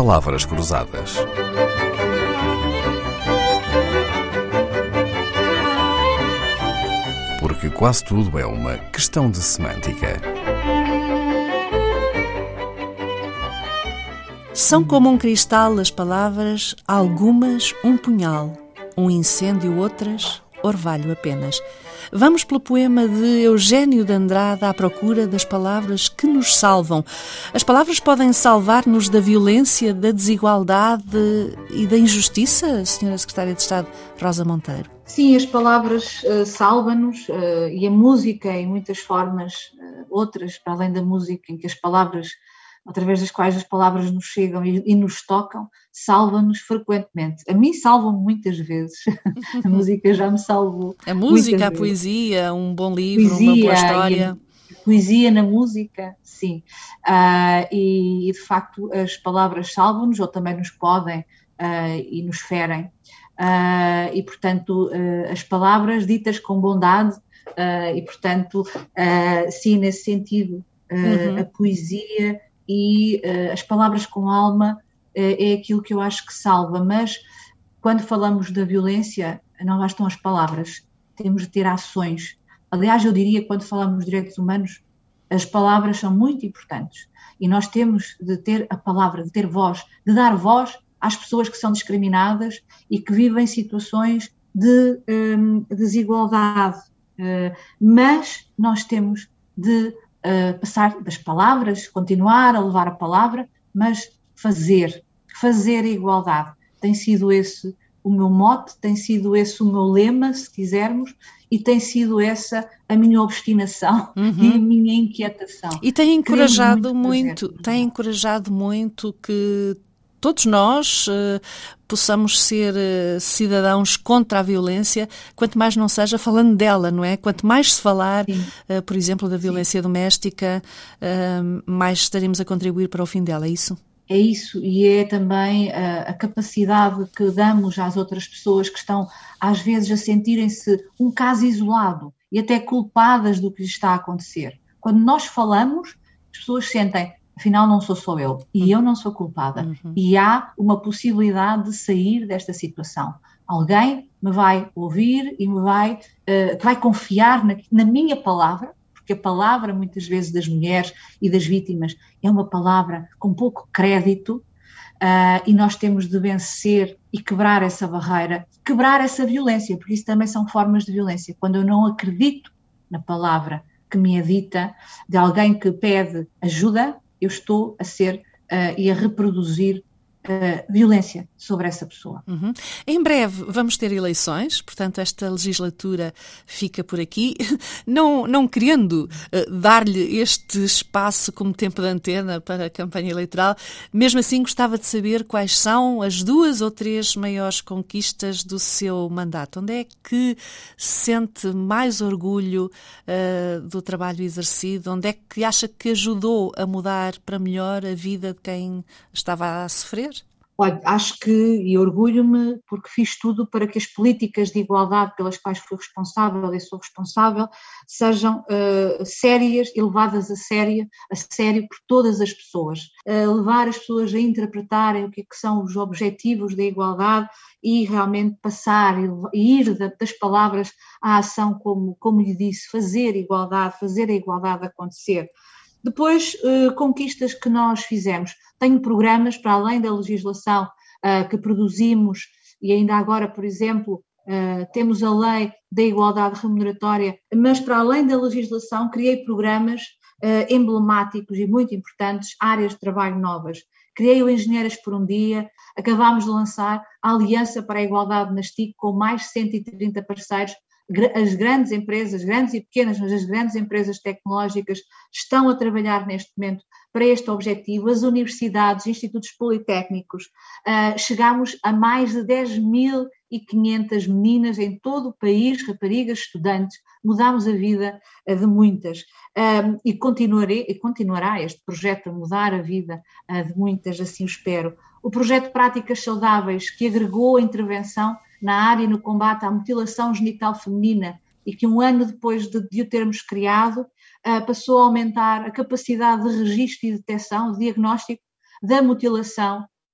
palavras cruzadas. Porque quase tudo é uma questão de semântica. São como um cristal as palavras, algumas um punhal, um incêndio outras, orvalho apenas. Vamos pelo poema de Eugênio de Andrade à procura das palavras que nos salvam. As palavras podem salvar-nos da violência, da desigualdade e da injustiça, Sra. Secretária de Estado Rosa Monteiro? Sim, as palavras salvam-nos e a música, em muitas formas, outras, para além da música, em que as palavras, através das quais as palavras nos chegam e nos tocam, salvam-nos frequentemente. A mim salvam muitas vezes. A música já me salvou. A música, a poesia, um bom livro, uma boa história. Poesia na música, sim. E de facto as palavras salvam-nos ou também nos podem e nos ferem. E portanto as palavras ditas com bondade e portanto sim, nesse sentido a poesia e as palavras com alma é aquilo que eu acho que salva, mas quando falamos da violência não bastam as palavras, temos de ter ações. Aliás, eu diria que quando falamos de direitos humanos as palavras são muito importantes e nós temos de ter a palavra, de ter voz, de dar voz às pessoas que são discriminadas e que vivem situações de desigualdade, mas nós temos de passar das palavras, continuar a levar a palavra, mas fazer a igualdade. Tem sido esse o meu mote, tem sido esse o meu lema, se quisermos, e tem sido essa a minha obstinação e a minha inquietação. E tem encorajado muito que todos nós possamos ser cidadãos contra a violência, quanto mais não seja falando dela, não é? Quanto mais se falar, por exemplo, da violência doméstica, mais estaremos a contribuir para o fim dela, é isso? É isso, e é também a capacidade que damos às outras pessoas que estão, às vezes, a sentirem-se um caso isolado e até culpadas do que lhes está a acontecer. Quando nós falamos, as pessoas sentem, afinal não sou só eu, e eu não sou culpada, e há uma possibilidade de sair desta situação. Alguém me vai ouvir e vai confiar na minha palavra, porque a palavra, muitas vezes, das mulheres e das vítimas é uma palavra com pouco crédito e nós temos de vencer e quebrar essa barreira, quebrar essa violência, porque isso também são formas de violência. Quando eu não acredito na palavra que me é dita, de alguém que pede ajuda, eu estou a ser e a reproduzir violência sobre essa pessoa. Em breve vamos ter eleições, portanto esta legislatura fica por aqui, não querendo dar-lhe este espaço como tempo de antena para a campanha eleitoral, mesmo assim gostava de saber quais são as 2 ou 3 maiores conquistas do seu mandato. Onde é que sente mais orgulho do trabalho exercido? Onde é que acha que ajudou a mudar para melhor a vida de quem estava a sofrer? Olha, acho que, e orgulho-me, porque fiz tudo para que as políticas de igualdade pelas quais fui responsável e sou responsável sejam sérias e levadas a sério por todas as pessoas. Levar as pessoas a interpretarem o que são os objetivos da igualdade e realmente passar e ir das palavras à ação, como lhe disse, fazer a igualdade acontecer. Depois, conquistas que nós fizemos. Tenho programas, para além da legislação que produzimos, e ainda agora, por exemplo, temos a lei da igualdade remuneratória, mas para além da legislação criei programas emblemáticos e muito importantes, áreas de trabalho novas. Criei o Engenheiras por um Dia, acabámos de lançar a Aliança para a Igualdade nas TIC com mais de 130 parceiros. As grandes empresas, grandes e pequenas, mas as grandes empresas tecnológicas estão a trabalhar neste momento para este objetivo, as universidades, institutos politécnicos, chegamos a mais de 10.500 meninas em todo o país, raparigas, estudantes, mudámos a vida de muitas e continuará este projeto a mudar a vida de muitas, assim o espero. O projeto Práticas Saudáveis, que agregou a intervenção na área e no combate à mutilação genital feminina e que um ano depois de o termos criado, passou a aumentar a capacidade de registro e detecção, de diagnóstico da mutilação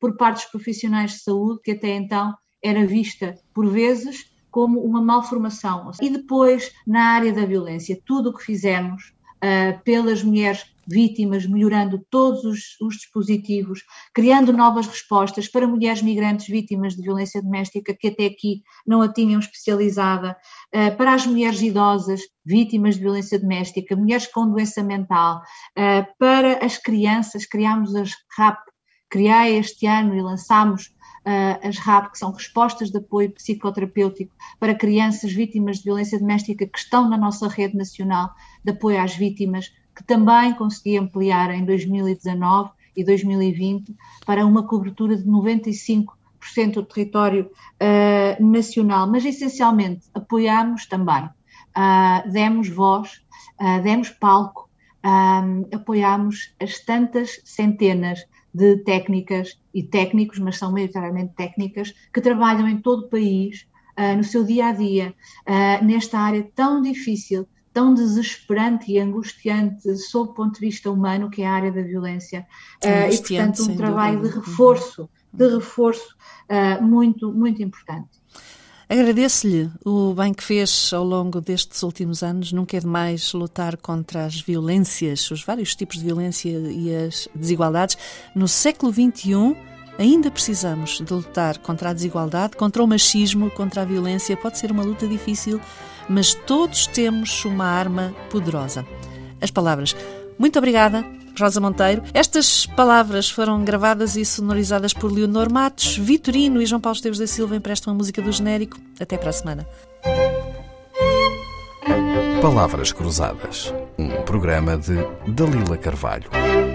por parte dos profissionais de saúde, que até então era vista, por vezes, como uma malformação. E depois, na área da violência, tudo o que fizemos pelas mulheres vítimas, melhorando todos os dispositivos, criando novas respostas para mulheres migrantes vítimas de violência doméstica que até aqui não a tinham especializada, para as mulheres idosas vítimas de violência doméstica, mulheres com doença mental, para as crianças, criámos as RAP, criei este ano e lançámos as RAP, que são respostas de apoio psicoterapêutico para crianças vítimas de violência doméstica que estão na nossa rede nacional de apoio às vítimas, que também consegui ampliar em 2019 e 2020 para uma cobertura de 95% do território nacional, mas essencialmente apoiámos também, demos voz, demos palco, apoiámos as tantas centenas de técnicas e técnicos, mas são maioritariamente técnicas, que trabalham em todo o país, no seu dia-a-dia, nesta área tão difícil, tão desesperante e angustiante sob o ponto de vista humano, que é a área da violência, e portanto um trabalho de reforço muito, muito importante. Agradeço-lhe o bem que fez ao longo destes últimos anos. Nunca é demais lutar contra as violências, os vários tipos de violência e as desigualdades. No século XXI, ainda precisamos de lutar contra a desigualdade, contra o machismo, contra a violência. Pode ser uma luta difícil, mas todos temos uma arma poderosa. As palavras. Muito obrigada, Rosa Monteiro. Estas palavras foram gravadas e sonorizadas por Leonor Matos, Vitorino e João Paulo Esteves da Silva emprestam a música do genérico. Até para a semana. Palavras Cruzadas, um programa de Dalila Carvalho.